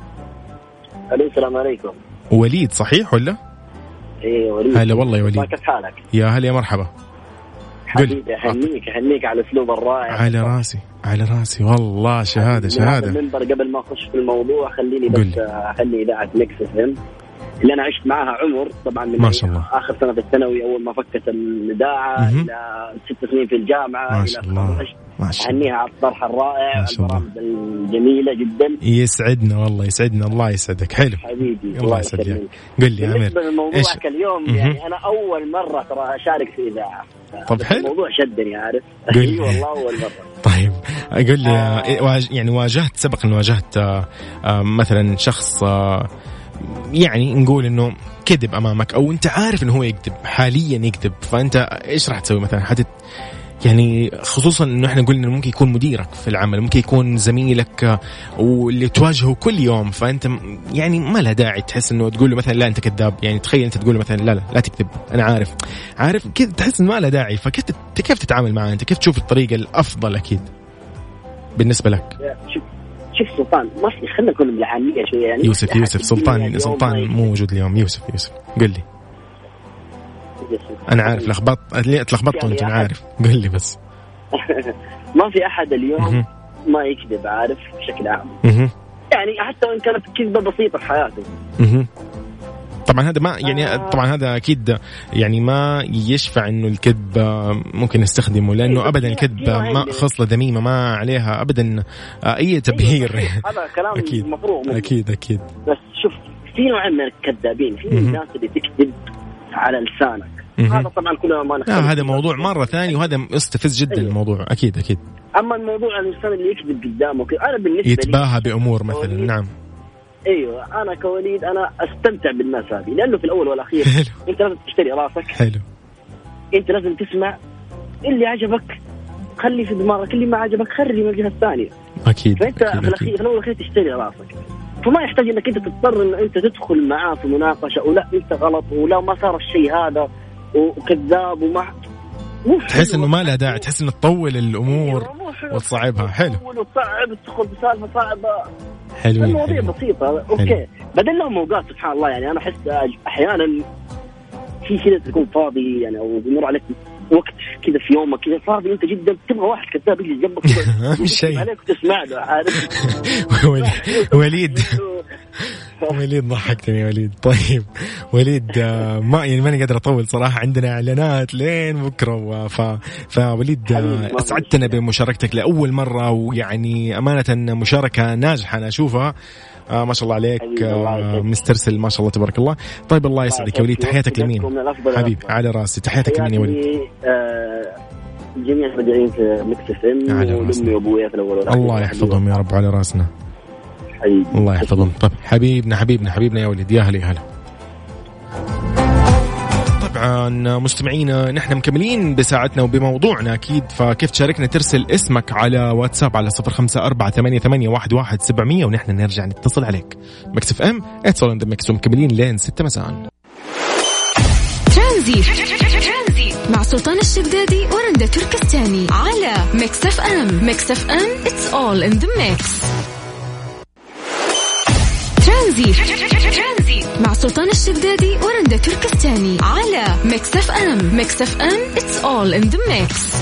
ألو السلام عليكم. وليد صحيح ولا؟ إيه وليد. هلا والله يا وليد. كيف حالك؟ يا هلا يا مرحبا. حبيبي أهنيك أهنيك على الأسلوب الرائع. على راسي على راسي والله شهادة شهادة. المنبر قبل ما أخش في الموضوع خليني بس أخلي إذاعة ميكس إف إم اللي أنا عشت معها عمر طبعا من ما شاء الله. آخر سنة في الثانوي أول ما فكت الإذاعة إلى ست سنين في الجامعة ما شاء الله. ما شاء الله. أهنيها على الطرح الرائع، البرامج الجميلة جدا. يسعدنا والله، يسعدنا. الله يسعدك. حلو حبيبي، الله يسعدك. قل لي عمير بالنسبة لموضوعك اليوم، يعني أنا أول مرة ترى أشارك في إذاعة. طب حلو. الموضوع شدني عارف. قل والله أول مرة. طيب أقول لي آه. يعني واجهت سبق إن واجهت آه آه مثلا شخص آه يعني نقول إنه كذب أمامك، أو أنت عارف إنه هو يكذب حاليا يكذب، فأنت إيش راح تسوي مثلا؟ حتى يعني خصوصا إنه إحنا قلنا ممكن يكون مديرك في العمل، ممكن يكون زميلك واللي تواجهه كل يوم، فأنت يعني ما له داعي تحس إنه تقول له مثلا لا أنت كذاب. يعني تخيل أنت تقول له مثلا لا لا لا تكذب، أنا عارف عارف كذا، تحس إنه ما له داعي. فكيف كيف تتعامل معه أنت؟ كيف تشوف الطريقة الأفضل أكيد بالنسبة لك؟ شوف شوف سلطان، ما في خلنا نكون بالعامية شوية يعني. يوسف يوسف سلطان سلطان مو موجود اليوم. يوسف يوسف قل لي. أنا عارف لخبط تلخبطت وأنت عارف، قل لي بس. ما في أحد اليوم ما يكذب عارف بشكل عام. يعني حتى وإن كانت كذبة بسيطة في حياته. طبعا هذا ما يعني طبعا هذا أكيد يعني ما يشفع إنه الكذب ممكن نستخدمه، لأنه أبدا الكذب ما خصلة ذميمة ما عليها أبدا أي تبهير. هذا كلام أكيد مفروغ منه. أكيد أكيد. بس شوف، في نوع من الكذابين، في الناس اللي تكذب على لسانك. هذا طبعا كلنا ما نختلف. لا هذا موضوع مرة ثاني، وهذا مستفز جدا. أيوه. الموضوع أكيد أكيد. أما الموضوع الإنسان اللي يكذب قدامه، أنا بالنسبة يتباهى بأمور مثلا. نعم. ايوه انا كوليد انا استمتع بالناس هذه، لانه في الاول والاخير حلو. انت لازم تشتري راسك. حلو. انت لازم تسمع اللي عجبك، خلي في دماغك، اللي ما عجبك خلي من الجهه الثانيه. اكيد. فانت أكيد. في الاخير في الاول والاخير تشتري راسك، فما يحتاج انك انت تضطر ان انت تدخل معاه في مناقشه، ولا انت غلط ولا ما صار الشيء هذا وكذاب وما تحس انه ما له داعي، تحس انه تطول الامور وتصعبها. حلو. وتصعب تدخل بسالفه صعبه. حلو. المواضيع بسيطه. اوكي. بدل لهم اوقات سبحان الله، يعني انا احس احيانا في كذا تكون فاضي يعني، او يمر عليك وقت كذا في يومك كذا فاضي انت جدا، تبغى واحد كذاب يجي جنبك اهم شيء عليك تسمع له عارف. وليد وليد ضحكتني يا وليد. طيب وليد ما يعني ماني قادر اطول صراحه، عندنا اعلانات لين بكره. ف فوليد اسعدتنا بمشاركتك لاول مره، ويعني امانه مشاركه ناجحه انا اشوفها. آه ما شاء الله عليك. آه مسترسل ما شاء الله تبارك الله. طيب الله يسعدك يا وليد. تحياتك لمين حبيبي؟ على راسي. تحياتك لمين يا وليد؟ جميع المذيعين في مكس ام وامي وابويا في الاول. الله يحفظهم يا رب على راسنا. حبيبي. الله يحفظهم. طيب حبيبنا حبيبنا حبيبنا يا وليد، يا هلا يا هلا. طبعا مستمعينا نحن مكملين بساعتنا وبموضوعنا أكيد، فكيف تشاركنا؟ ترسل اسمك على واتساب على صفر خمسة أربعة ثمانية ثمانية واحد واحد سبعمية ونحن نرجع نتصل عليك. ميكس اف ام اتصل عند ميكس ومكملين لين ستة مساء. ترانزيت مع سلطان الشدادي ورندا تركستاني على ميكس اف ام. ميكس اف ام it's all in the mix. ترانزيت مع سلطان الشدادي ورندا تركستاني على ميكس اف ام. ميكس اف ام it's all in the mix.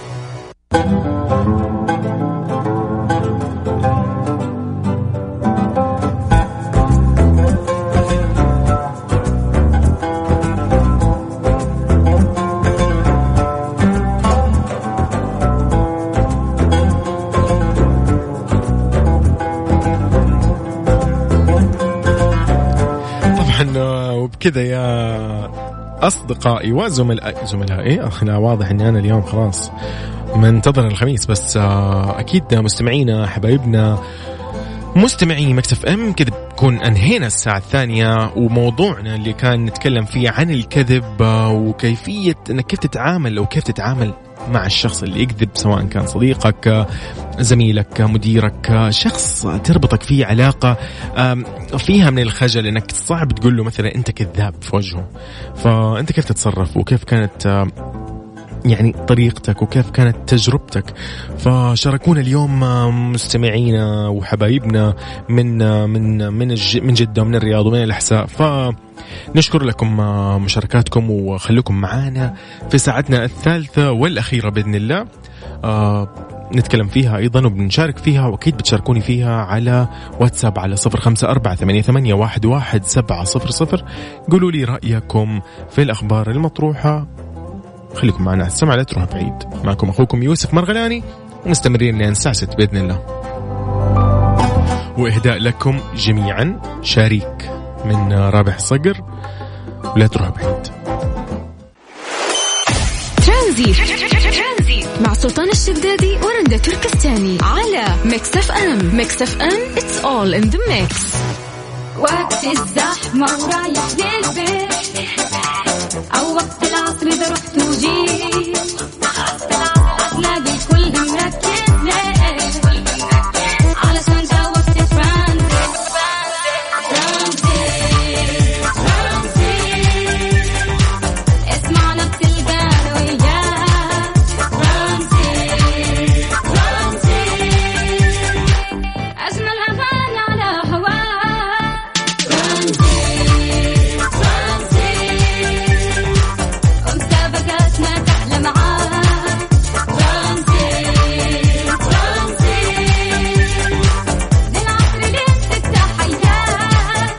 وبكذا يا أصدقائي وزملائي زملائي أخنا، واضح أني أنا اليوم خلاص منتظر الخميس، بس أكيد مستمعينا حبايبنا مستمعي ميكس اف ام كذا بكون أنهينا الساعة الثانية، وموضوعنا اللي كان نتكلم فيه عن الكذب وكيفية أنك كيف تتعامل أو كيف تتعامل مع الشخص اللي يكذب، سواء كان صديقك زميلك مديرك شخص تربطك فيه علاقة فيها من الخجل انك صعب تقول له مثلا انت كذاب في وجهه. فانت كيف تتصرف وكيف كانت يعني طريقتك وكيف كانت تجربتك؟ فشاركونا اليوم مستمعينا وحبايبنا من من من من جدة ومن الرياض ومن الأحساء. فنشكر لكم مشاركاتكم وخلوكم معانا في ساعتنا الثالثة والأخيرة بإذن الله. آه نتكلم فيها أيضا وبنشارك فيها، وأكيد بتشاركوني فيها على واتساب على صفر خمسة أربعة ثمانية ثمانية واحد واحد سبعة صفر صفر. قولوا لي رأيكم في الأخبار المطروحة. خليكم معنا على السمع، لا تروح بعيد. معكم أخوكم يوسف مرغلاني، ومستمرين لين الساعة ستة بإذن الله. وإهداء لكم جميعا شريك من رابح صقر، ولا تروح بعيد. ترانزيت مع سلطان الشدادي ورندا تركستاني على ميكس اف ام. ميكس اف ام it's all in the mix. وقت الزحمة ورايح للبيت، أو وقت العصر إذا رحت وجيت، تلاقي الكل مركز ليه، علشان جا وقت ترانزيت. ترانزيت ترانزيت اسمع نفس البال وياك. ترانزيت ترانزيت أجمل أغاني على هواك. ترانزيت ترانزيت ومسابقات ما تحلى معاك. ترانزيت ترانزيت للعصر لين تحياك.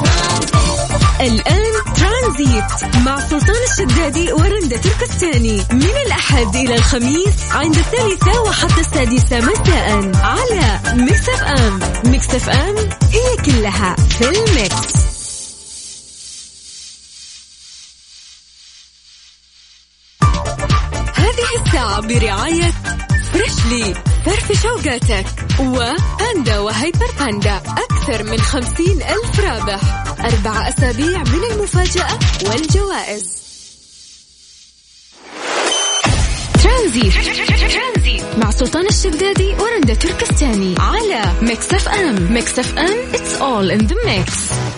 الآن ترانزيت مع سلطان الشدادي ورندا تركستاني من الأحد إلى الخميس عند الثالثة وحتى السادسة مساء على ميكس اف ام. ميكس اف ام هي كلها في الميكس. هذه الساعة برعاية فريشلي فرف شوقاتك، وباندا وهيبر باندا أكثر من خمسين ألف رابح، أربع أسابيع من المفاجأة والجوائز. ترانزيت مع سلطان الشدادي ورندا تركستاني على ميكس اف ام. ميكس اف ام it's all in the mix.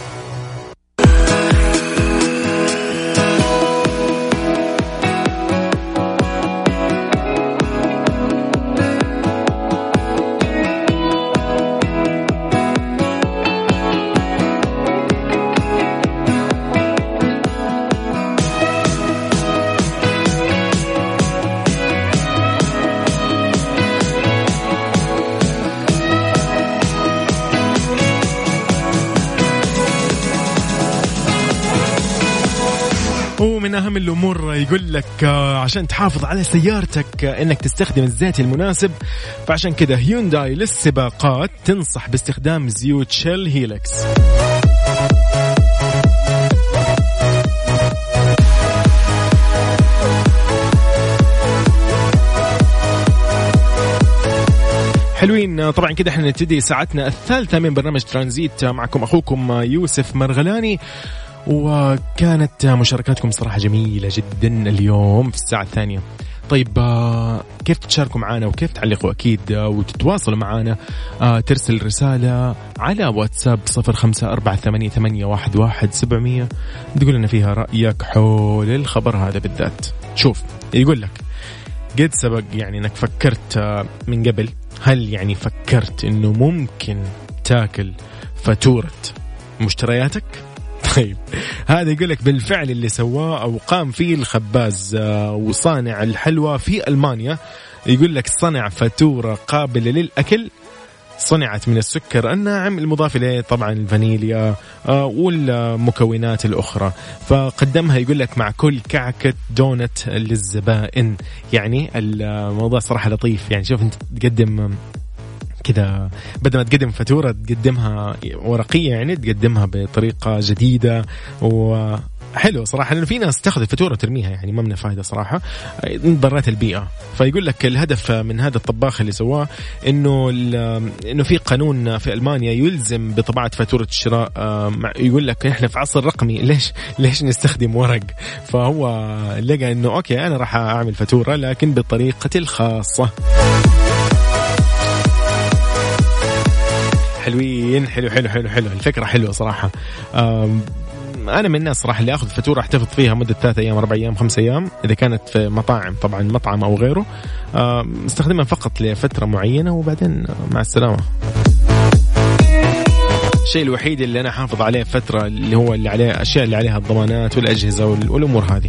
ومن أهم الأمور يقول لك عشان تحافظ على سيارتك أنك تستخدم الزيت المناسب، فعشان كده هيونداي للسباقات تنصح باستخدام زيوت شيل هيلكس. حلوين. طبعا كده احنا نبتدي ساعتنا الثالثة من برنامج ترانزيت، معكم أخوكم يوسف مرغلاني، وكانت مشاركاتكم صراحة جميلة جدا اليوم في الساعة الثانية. طيب كيف تشاركوا معنا وكيف تعلقوا؟ أكيد وتتواصلوا معنا، ترسل رسالة على واتساب صفر خمسة أربعة ثمانية ثمانية واحد واحد سبعمية، تقول لنا فيها رأيك حول الخبر هذا بالذات. شوف يقول لك قد سبق يعني أنك فكرت من قبل، هل يعني فكرت أنه ممكن تاكل فاتورة مشترياتك؟ طيب هذا يقول لك بالفعل اللي سواه أو قام فيه الخباز وصانع الحلوى في ألمانيا. يقول لك صنع فاتورة قابلة للأكل، صنعت من السكر الناعم المضاف إليه طبعا الفانيليا والمكونات الأخرى، فقدمها يقول لك مع كل كعكة دونت للزبائن. يعني الموضوع صراحة لطيف. يعني شوف أنت تقدم كذا، بدل ما تقدم فاتورة تقدمها ورقية، يعني تقدمها بطريقة جديدة وحلو صراحة، لأنه في ناس تأخذ الفاتورة ترميها، يعني ما منها فائدة صراحة، ضرات البيئة. فيقول لك الهدف من هذا الطباخ اللي سواه إنه إنه في قانون في ألمانيا يلزم بطباعة فاتورة الشراء. يقول لك إحنا في عصر رقمي، ليش ليش نستخدم ورق؟ فهو لقى إنه أوكي أنا راح أعمل فاتورة لكن بطريقتي الخاصة. حلوين. حلو حلو حلو حلو الفكرة حلوة صراحة. أنا من الناس صراحة اللي أخذ فاتورة أحتفظ فيها مدة ثلاثة أيام أربع أيام خمسة أيام، إذا كانت في مطاعم طبعا مطعم أو غيره استخدمها فقط لفترة معينة وبعدين مع السلامة. الشيء الوحيد اللي أنا حافظ عليه فترة اللي هو اللي عليه أشياء اللي عليها الضمانات والأجهزة والأمور هذه.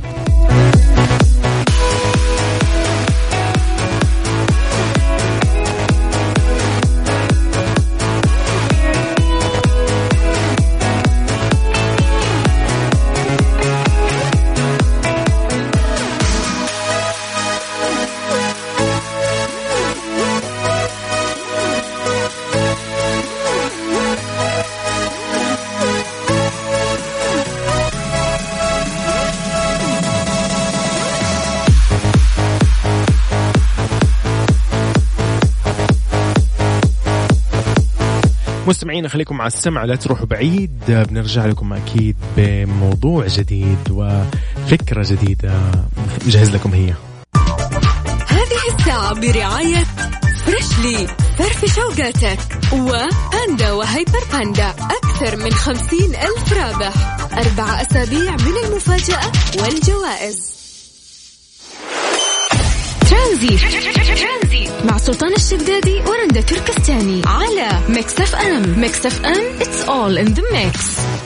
مستمعين خليكم مع السمع، لا تروحوا بعيد، بنرجع لكم أكيد بموضوع جديد وفكرة جديدة مجهز لكم. هي هذه الساعة برعاية فريشلي فرفش اوقاتك، وباندا وهيبر باندا أكثر من خمسين ألف رابح، أربع أسابيع من المفاجأة والجوائز. ترانزيت مع سلطان الشدادي ورندا تركستاني على ميكس اف ام. ميكس اف ام it's all in the mix.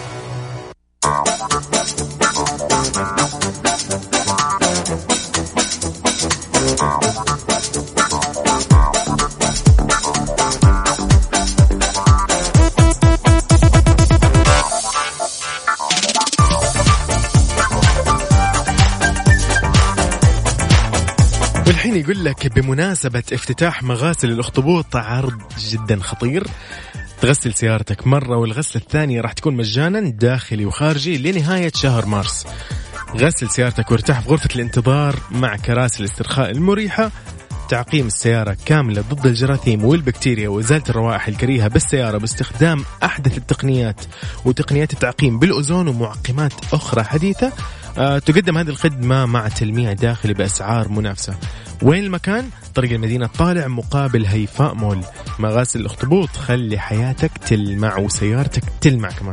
والحين يقول لك بمناسبة افتتاح مغاسل الأخطبوط عرض جدا خطير. تغسل سيارتك مرة والغسلة الثانية راح تكون مجانا داخلي وخارجي لنهاية شهر مارس. غسل سيارتك وارتاح في غرفة الانتظار مع كراسي الاسترخاء المريحة. تعقيم السيارة كاملة ضد الجراثيم والبكتيريا وإزالة الروائح الكريهة بالسيارة باستخدام أحدث التقنيات وتقنيات التعقيم بالأوزون ومعقمات أخرى حديثة. أه تقدم هذه الخدمة مع تلميع داخلي بأسعار منافسة. وين المكان؟ طريق المدينة الطالع مقابل هيفاء مول. مغاسل الأخطبوط، خلي حياتك تلمع وسيارتك تلمع كمان.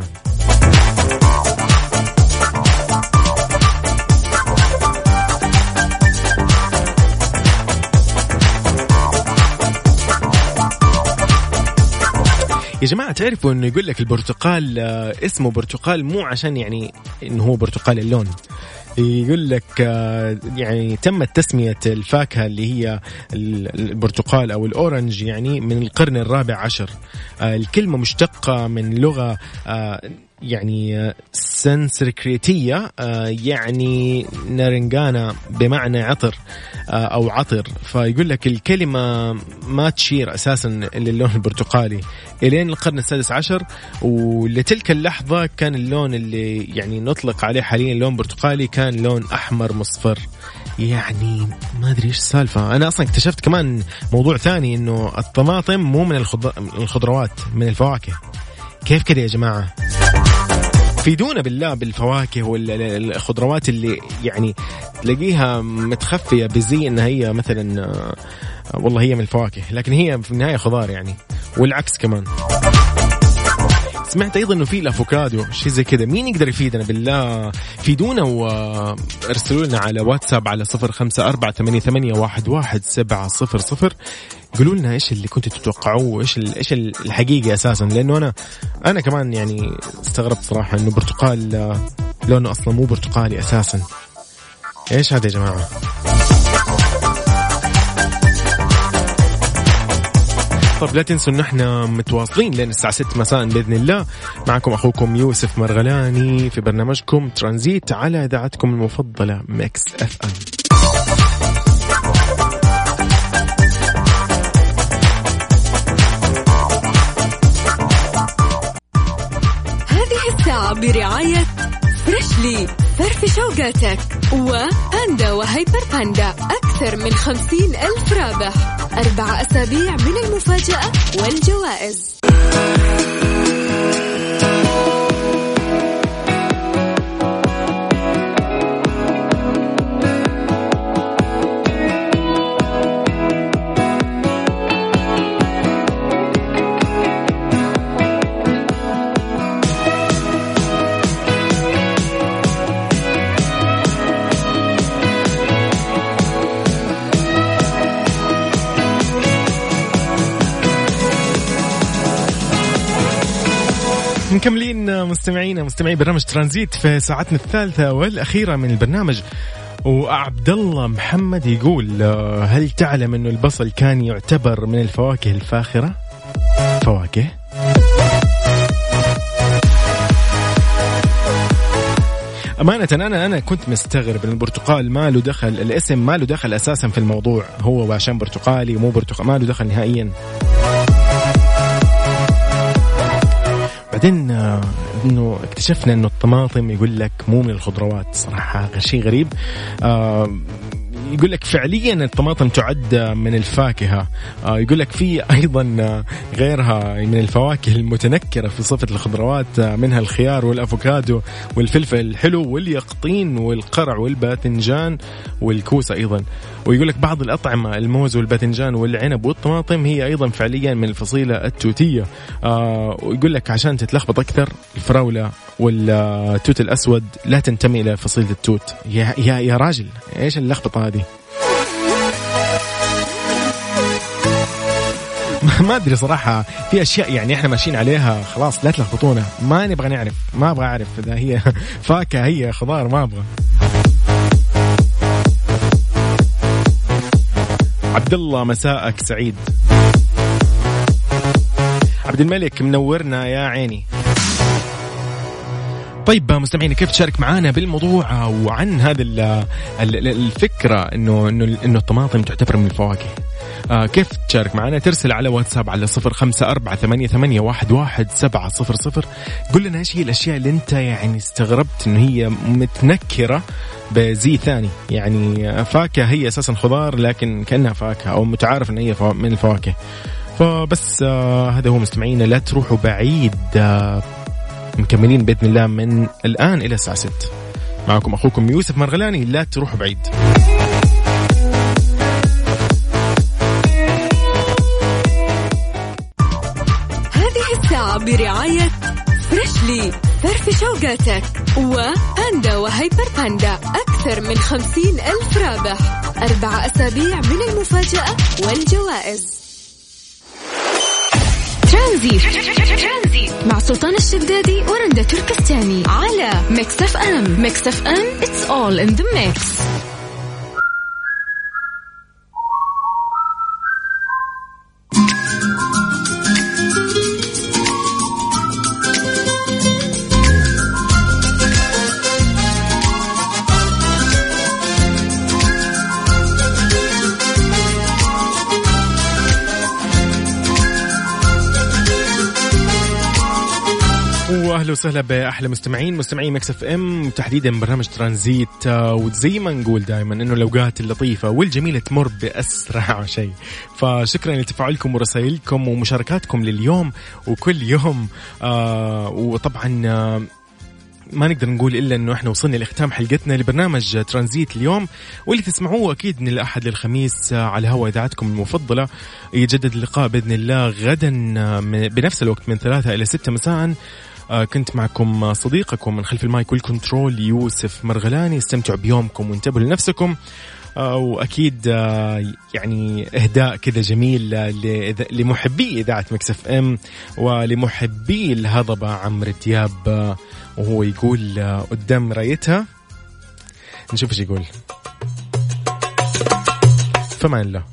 يا جماعة تعرفوا انه يقول لك البرتقال اسمه برتقال مو عشان يعني انه هو برتقال اللون. يقول لك يعني تمت تسمية الفاكهة اللي هي البرتقال أو الأورنج يعني من القرن الرابع عشر. الكلمة مشتقة من لغة يعني سنسكريتية يعني نارنجانا بمعنى عطر أو عطر. فيقول لك الكلمة ما تشير أساسا للون البرتقالي إلين القرن السادس عشر، ولتلك اللحظة كان اللون اللي يعني نطلق عليه حاليا لون برتقالي كان لون أحمر مصفر. يعني ما أدري إيش السالفة. أنا أصلا اكتشفت كمان موضوع ثاني إنه الطماطم مو من الخضروات، من الفواكه. كيف كده يا جماعة؟ فيدونا بالله بالفواكه والخضروات اللي يعني تلاقيها متخفية بزي إنها هي مثلا والله هي من الفواكه لكن هي في النهاية خضار يعني، والعكس كمان. سمعت أيضا إنه في الأفوكادو شيء زي كده. مين يقدر يفيدنا بالله؟ فيدونا وارسلوا لنا على واتساب على صفر خمسة أربعة ثمانية ثمانية واحد واحد سبعة صفر صفر. قولوا لنا إيش اللي كنتوا تتوقعوه، إيش إيش الحقيقة أساسا، لأنه أنا أنا كمان يعني استغربت صراحة إنه برتقال لونه أصلا مو برتقالي أساسا. إيش هذا يا جماعة؟ طب لا تنسوا إن إحنا متواصلين لين الساعة ستة مساء بإذن الله. معكم أخوكم يوسف مرغلاني في برنامجكم ترانزيت على إذاعتكم المفضلة ميكس اف ام. هذه الساعة برعاية فريشلي فرفش اوقاتك، وباندا وهيبر باندا أكثر من خمسين ألف رابح، أربع أسابيع من المفاجأة والجوائز. مكملين مستمعينا مستمعي برنامج ترانزيت في ساعتنا الثالثة والأخيرة من البرنامج. وعبد الله محمد يقول هل تعلم أنه البصل كان يعتبر من الفواكه الفاخرة؟ فواكه أمانة أنا أنا كنت مستغرب أن البرتقال ما له دخل، الاسم ما له دخل أساسا في الموضوع، هو عشان برتقالي ومو برتقال ما له دخل نهائيا. بعدين انه اكتشفنا انه الطماطم يقول لك مو من الخضروات. صراحه شيء غريب. آه يقول لك فعليا الطماطم تعد من الفاكهة. آه يقول لك في أيضا غيرها من الفواكه المتنكرة في صفة الخضروات، منها الخيار والأفوكادو والفلفل الحلو واليقطين والقرع والباذنجان والكوسة أيضا. ويقول لك بعض الأطعمة الموز والباذنجان والعنب والطماطم هي أيضا فعليا من الفصيلة التوتية. آه ويقول لك عشان تتلخبط أكثر، الفراولة والتوت الأسود لا تنتمي إلى فصيلة التوت. يا يا يا راجل إيش اللخبطة هذه؟ ما أدري صراحة، في أشياء يعني إحنا ماشيين عليها خلاص لا تلخبطونا، ما نبغى نعرف، ما أبغى أعرف إذا هي فاكهة هي خضار، ما أبغى. عبد الله مساءك سعيد. عبد الملك منورنا يا عيني. طيب مستمعين، كيف تشارك معنا بالموضوع وعن هذا الفكرة إنه إنه إنه الطماطم تعتبر من الفواكه؟ آه كيف تشارك معنا؟ ترسل على واتساب على صفر خمسة أربعة ثمانية ثمانية واحد واحد سبعة صفر صفر. قل لنا إيش هي الأشياء اللي أنت يعني استغربت إنه هي متنكرة بزي ثاني، يعني فاكهة هي أساسا خضار لكن كأنها فاكهة، أو متعارف إن هي من الفواكه. فبس آه هذا هو مستمعينا، لا تروحوا بعيد، آه مكملين بإذن الله من الآن إلى الساعة ستة. معكم أخوكم يوسف مرغلاني، لا تروحوا بعيد. هذه الساعة برعاية فريشلي، فرف شوقاتك، وباندا وهيبر باندا، أكثر من خمسين ألف رابح، أربع أسابيع من المفاجأة والجوائز. ترانزيت مع سلطان الشدادي ورندا تركستاني على ميكس اف ام. ميكس اف ام it's all in the mix. أهلا وسهلا بأحلى مستمعين مستمعين ميكس اف ام، تحديدا برنامج ترانزيت. وزي ما نقول دائما إنه الأوقات اللطيفة والجميلة تمر بأسرع شيء، فشكرا لتفاعلكم ورسائلكم ومشاركاتكم لليوم وكل يوم. آه وطبعا آه ما نقدر نقول إلا أنه إحنا وصلنا لختام حلقتنا لبرنامج ترانزيت اليوم، واللي تسمعوه أكيد من الأحد للخميس على هوا إذاعتكم المفضلة. يجدد اللقاء بإذن الله غدا بنفس الوقت من ثلاثة إلى ستة مساء. كنت معكم صديقكم من خلف المايك والكنترول يوسف مرغلاني. استمتعوا بيومكم وانتبهوا لنفسكم، وأكيد يعني إهداء كذا جميل لمحبي إذاعة ميكس اف ام ولمحبي الهضبة عمرو دياب، وهو يقول قدام رايتها. نشوف ايش يقول. فمان الله.